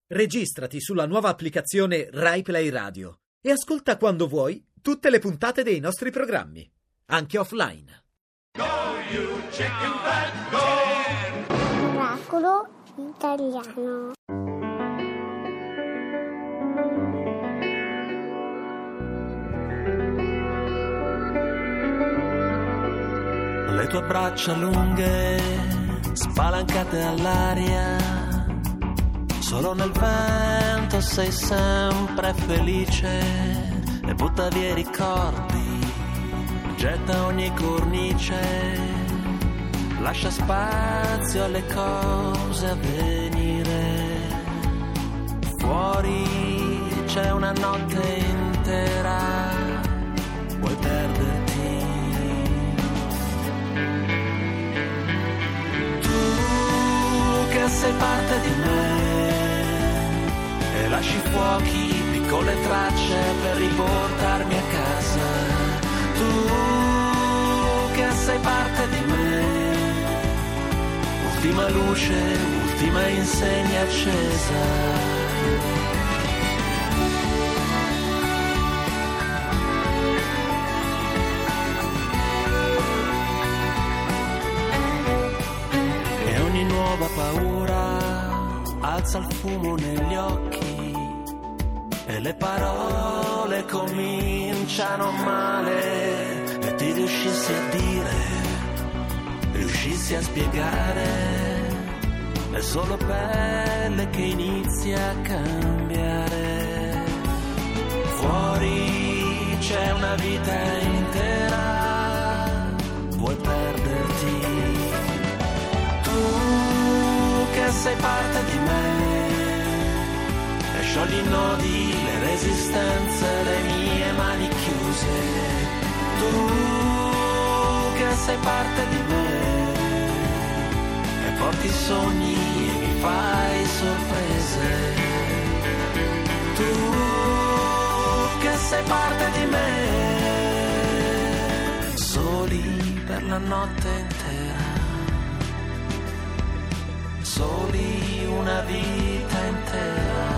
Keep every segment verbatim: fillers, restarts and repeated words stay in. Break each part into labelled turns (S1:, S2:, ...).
S1: Registrati sulla nuova applicazione Rai Play Radio e ascolta quando vuoi tutte le puntate dei nostri programmi, anche offline.
S2: Go you chicken fat, go!
S3: Oracolo italiano.
S4: Le tue braccia lunghe, spalancate all'aria, solo nel vento sei sempre felice e butta via i ricordi, getta ogni cornice, lascia spazio alle cose a venire. Fuori c'è una notte intera, vuoi perderti? Tu che sei parte di me e lasci fuochi, piccole tracce per riportarmi a casa. Tu che sei parte di me, ultima luce, ultima insegna accesa. E ogni nuova paura alza il fumo negli occhi e le parole cominciano male, e ti riuscissi a dire, riuscissi a spiegare, è solo pelle che inizia a cambiare. Fuori c'è una vita intera, vuoi perderti? Tu che sei parte di me e sciogli i nodi, le resistenze, le mie mani chiuse. Tu che sei parte di me e porti i sogni e mi fai sorprese. Tu che sei parte di me, soli per la notte intera, soli una vita intera.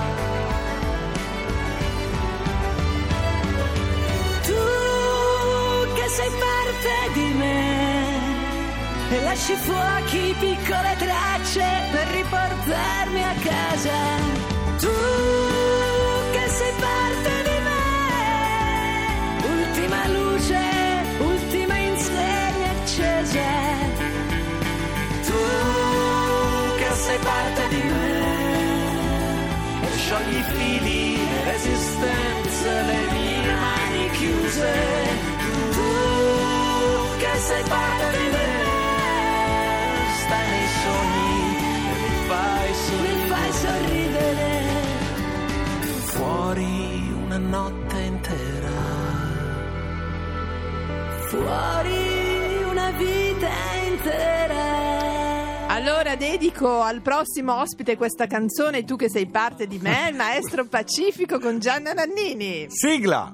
S5: Tu che sei parte di me e lasci fuochi, piccole tracce per riportarmi a casa. Tu che sei parte di me, ultima luce, ultima insegna accesa. Tu che sei parte di me e sciogli i fili, le resistenze, le mie mani chiuse. Tu che sei parte di me, stai nei sogni e mi fai sorridere. Mi fai sorridere. Fuori una notte intera, fuori una vita intera.
S6: Allora dedico al prossimo ospite questa canzone, Tu che sei parte di me, il maestro Pacifico con Gianna Nannini.
S7: Sigla!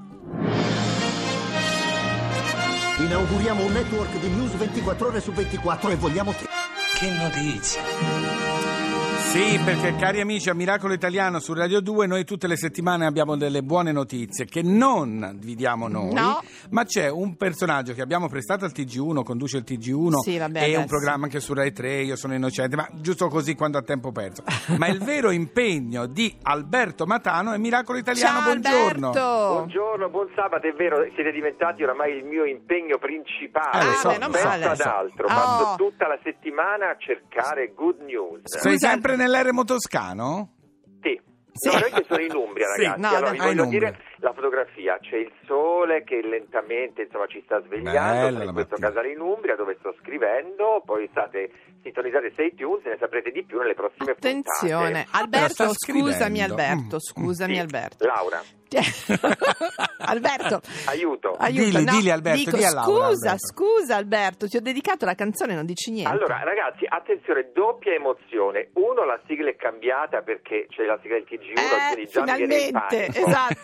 S8: Inauguriamo un network di news ventiquattro ore su ventiquattro e vogliamo te.
S4: Che notizie!
S7: Sì, perché cari amici a Miracolo Italiano su Radio due noi tutte le settimane abbiamo delle buone notizie che non vi diamo noi,
S6: no.
S7: Ma c'è un personaggio che abbiamo prestato al T G uno, conduce il T G uno,
S6: sì, vabbè,
S7: e
S6: adesso.
S7: un programma anche su Rai tre, io sono innocente, ma giusto così quando ha tempo perso. Ma il vero impegno di Alberto Matano è Miracolo Italiano.
S6: Ciao,
S7: buongiorno.
S6: Alberto.
S9: Buongiorno, buon sabato, è vero, siete diventati oramai il mio impegno principale,
S7: Ah,
S6: lo so,
S9: non
S6: lo so,
S9: penso
S6: lo
S9: ad
S6: so.
S9: altro,
S6: Oh.
S9: passo tutta la settimana a cercare good news.
S7: Sei
S6: Scusa.
S7: sempre nell'eremo toscano?
S9: Sì.
S6: Sì.
S9: No, noi che sono in Umbria,
S7: Sì.
S9: ragazzi.
S6: No,
S9: allora,
S6: no,
S9: vi
S7: ah, in
S9: voglio
S7: Umbria.
S9: dire la fotografia, c'è il sole che lentamente insomma ci sta svegliando.
S7: Bella
S9: Sono
S7: la
S9: in questo
S7: mattina.
S9: casale in Umbria dove sto scrivendo, poi state sintonizzate su iTunes e ne saprete di più nelle prossime
S6: Attenzione,
S9: puntate.
S6: Alberto,
S7: sta
S6: scusami
S7: scrivendo.
S6: Alberto,
S7: Mm.
S6: scusami
S9: Sì,
S6: Alberto.
S9: Laura.
S6: Alberto,
S9: Aiuto.
S6: aiuto,
S7: Dilli,
S6: no,
S7: dilli, Alberto,
S6: dico,
S7: di a Laura,
S6: scusa,
S7: Alberto.
S6: scusa Alberto, ti ho dedicato la canzone, non dici niente.
S9: Allora, ragazzi, attenzione, doppia emozione. Uno, la sigla è cambiata perché c'è la sigla del T G uno,
S6: Eh,
S9: quindi già mi viene in
S6: finalmente,
S9: panico.
S6: esatto.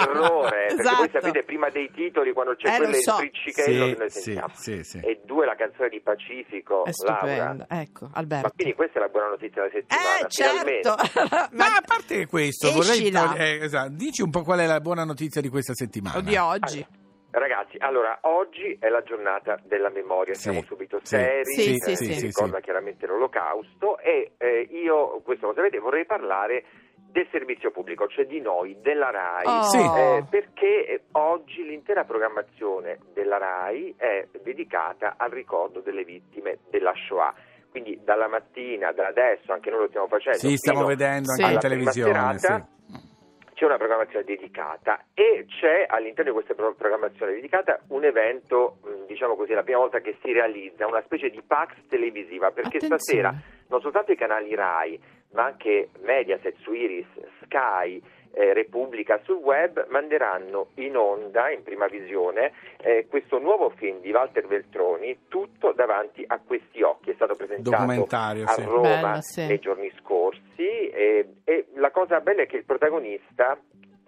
S9: terrore, perché
S6: Esatto.
S9: voi sapete prima dei titoli quando c'è
S6: Eh,
S9: quello
S6: lo
S9: il
S6: so.
S9: friccichello
S7: Sì,
S9: che noi
S7: sì,
S9: sentiamo.
S7: sì, sì.
S9: E due la canzone di Pacifico,
S6: È
S9: Laura.
S6: stupendo. Ecco, Alberto.
S9: Ma quindi questa è la buona notizia della settimana,
S6: Eh, certo.
S9: finalmente.
S7: Ma a parte questo, vorrei
S6: Escila.
S7: eh, esatto, dici un po' qual è la buona notizia di questa settimana.
S6: O di oggi.
S9: Ragazzi, allora, oggi è la giornata della memoria,
S7: Sì,
S9: siamo subito
S7: sì,
S9: seri,
S6: sì,
S9: eh,
S6: sì,
S9: si
S6: sì.
S9: ricorda chiaramente l'Olocausto e eh, io, questo lo sapete, vorrei parlare del servizio pubblico, cioè di noi, della RAI,
S6: Oh.
S7: Sì.
S9: eh, perché oggi l'intera programmazione della RAI è dedicata al ricordo delle vittime della Shoah. Quindi dalla mattina, da adesso, anche noi lo stiamo facendo,
S7: Sì, stiamo
S9: fino
S7: vedendo
S6: Sì.
S7: anche in
S9: alla prima
S7: televisione.
S9: serata,
S7: Sì.
S9: c'è una programmazione dedicata e c'è all'interno di questa pro- programmazione dedicata un evento, mh, diciamo così, la prima volta che si realizza, una specie di Pax televisiva, perché
S6: Attenzione.
S9: stasera non soltanto i canali RAI, ma anche Mediaset su Iris, Sky, eh, Repubblica sul web manderanno in onda, in prima visione, eh, questo nuovo film di Walter Veltroni, tutto davanti a questi occhi. È stato presentato
S7: Documentario,
S9: a
S7: sì.
S9: Roma
S6: Bello, sì.
S9: nei giorni scorsi e, e la cosa bella è che il protagonista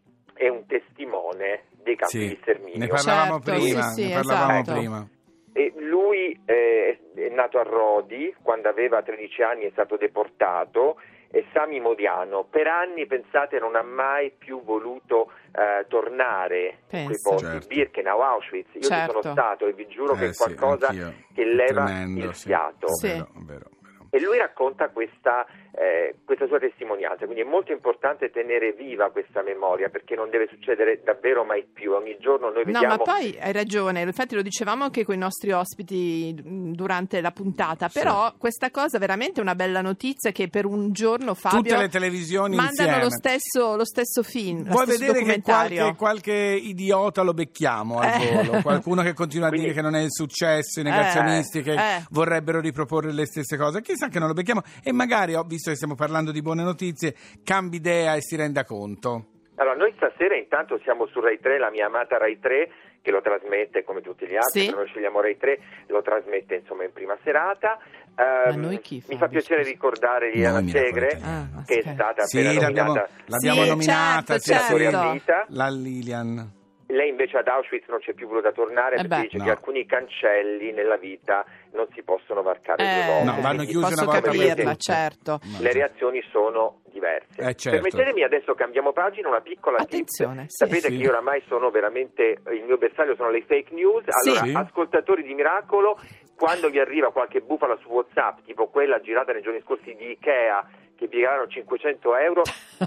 S9: è un testimone dei campi
S7: Sì,
S9: di sterminio.
S7: ne parlavamo
S6: Certo,
S7: prima,
S6: sì, sì,
S7: ne parlavamo
S6: esatto.
S7: prima.
S9: E lui eh, è nato a Rodi, quando aveva tredici anni è stato deportato, e Sami Modiano per anni, pensate, non ha mai più voluto eh, tornare in quei
S6: Pensa.
S9: posti,
S7: Certo.
S9: Birkenau, Auschwitz. Io
S6: Certo.
S9: ci sono stato e vi giuro che
S7: Eh
S9: è
S7: sì,
S9: qualcosa
S7: anch'io.
S9: che leva
S7: Tremendo,
S9: il
S7: sì.
S9: fiato.
S6: Sì.
S7: Vero, vero, vero.
S9: E lui racconta questa, eh, questa sua testimonianza, quindi è molto importante tenere viva questa memoria perché non deve succedere davvero mai più. Ogni giorno noi
S6: No,
S9: vediamo...
S6: ma poi hai ragione, infatti lo dicevamo anche con i nostri ospiti mh, durante la puntata, però questa cosa è veramente una bella notizia che per un giorno Fabio
S7: Tutte le televisioni
S6: mandano
S7: insieme.
S6: lo stesso, lo stesso film, lo
S7: Vuoi
S6: stesso
S7: vedere che
S6: documentario.
S7: qualche, qualche idiota lo becchiamo al
S6: Eh.
S7: volo? Qualcuno che continua a
S9: Quindi-
S7: dire che non è il successo, i negazionisti che
S6: eh.
S7: vorrebbero riproporre le stesse cose. Chissà che non lo becchiamo e magari, oh, visto che stiamo parlando di buone notizie, cambi idea e si renda conto.
S9: Allora, noi stasera intanto siamo su Rai tre, la mia amata Rai tre, che lo trasmette come tutti gli altri,
S6: Sì.
S9: però noi scegliamo Rai tre, lo trasmette insomma in prima serata.
S6: Ma
S9: Ehm,
S6: noi chi,
S9: mi
S6: Fabio,
S9: fa piacere
S6: scusa?
S9: ricordare Liliana
S7: Noi, Miracolo
S9: Segre,
S7: Italiano.
S6: Ah,
S9: che è
S6: ok.
S9: stata
S7: Sì,
S9: appena
S7: l'abbiamo,
S9: nominata
S7: l'abbiamo
S6: Sì,
S7: nominata,
S6: certo,
S7: sì, sì.
S6: certo.
S9: vita.
S7: La Lilian.
S9: Lei invece ad Auschwitz non c'è più voluta tornare
S6: Eh
S9: perché
S6: beh.
S9: dice
S7: No.
S9: che alcuni cancelli nella vita non si possono varcare due
S6: Eh,
S9: volte.
S7: No, vanno
S9: quindi
S7: chiusi
S6: posso
S7: una volta per
S6: capirla,
S7: tutte.
S6: certo.
S7: No.
S9: le reazioni sono diverse.
S7: Eh, certo.
S9: Permettetemi adesso, cambiamo pagina, una piccola tip.
S6: Attenzione, sì.
S9: Sapete
S7: Sì.
S9: che io oramai sono veramente, il mio bersaglio sono le fake news.
S6: Sì.
S9: Allora,
S7: Sì.
S9: ascoltatori di Miracolo, quando vi arriva qualche bufala su WhatsApp, tipo quella girata nei giorni scorsi di Ikea, che pagheranno cinquecento euro,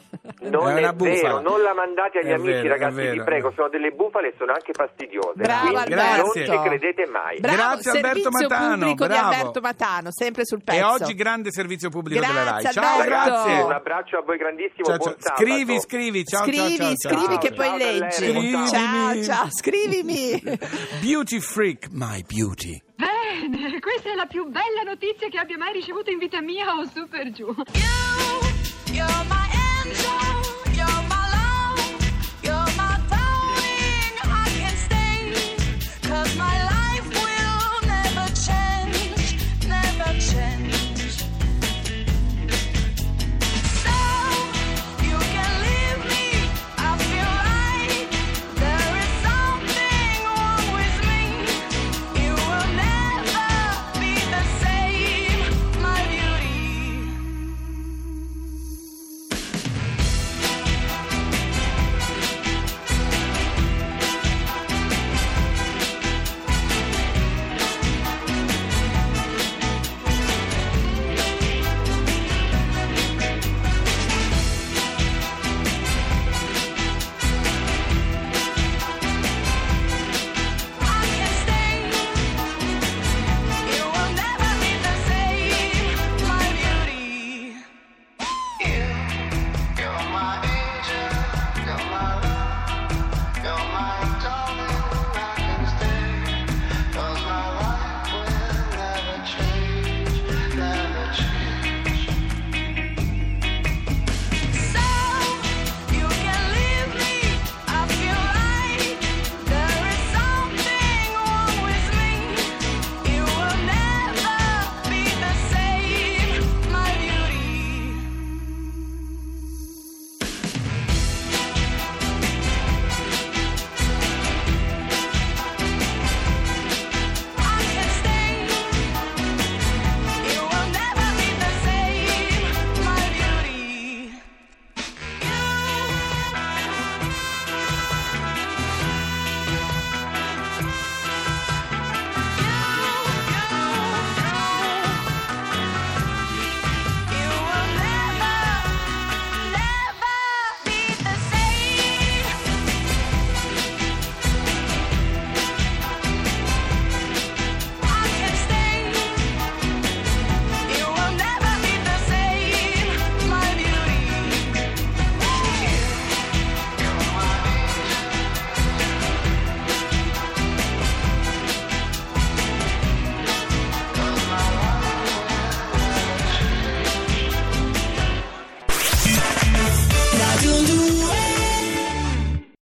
S9: non
S7: È
S9: è,
S7: una bufala.
S9: vero, non la mandate agli
S7: È
S9: amici,
S7: vero, è
S9: ragazzi, vi
S7: vero.
S9: prego, sono delle bufale e sono anche fastidiose.
S6: Bravo,
S9: quindi
S6: Alberto.
S9: non ci credete mai.
S6: Bravo,
S7: Grazie, Alberto
S6: servizio
S7: Matano,
S6: pubblico
S7: bravo.
S6: di Alberto Matano, sempre sul pezzo.
S7: E oggi grande servizio pubblico
S6: Grazie,
S7: della RAI. Ciao,
S6: Alberto.
S7: grazie.
S9: Un abbraccio a voi grandissimo,
S7: Ciao,
S9: buon
S7: ciao.
S9: sabato.
S7: Scrivi, scrivi. Ciao,
S6: scrivi,
S7: ciao, ciao,
S6: scrivi
S7: ciao.
S6: che
S9: Ciao,
S6: poi
S9: ciao,
S6: leggi.
S9: Valerio,
S6: Ciao,
S7: ciao.
S6: ciao, scrivimi.
S7: Beauty freak, my beauty.
S10: Bene, questa è la più bella notizia che abbia mai ricevuto in vita mia o su per giù.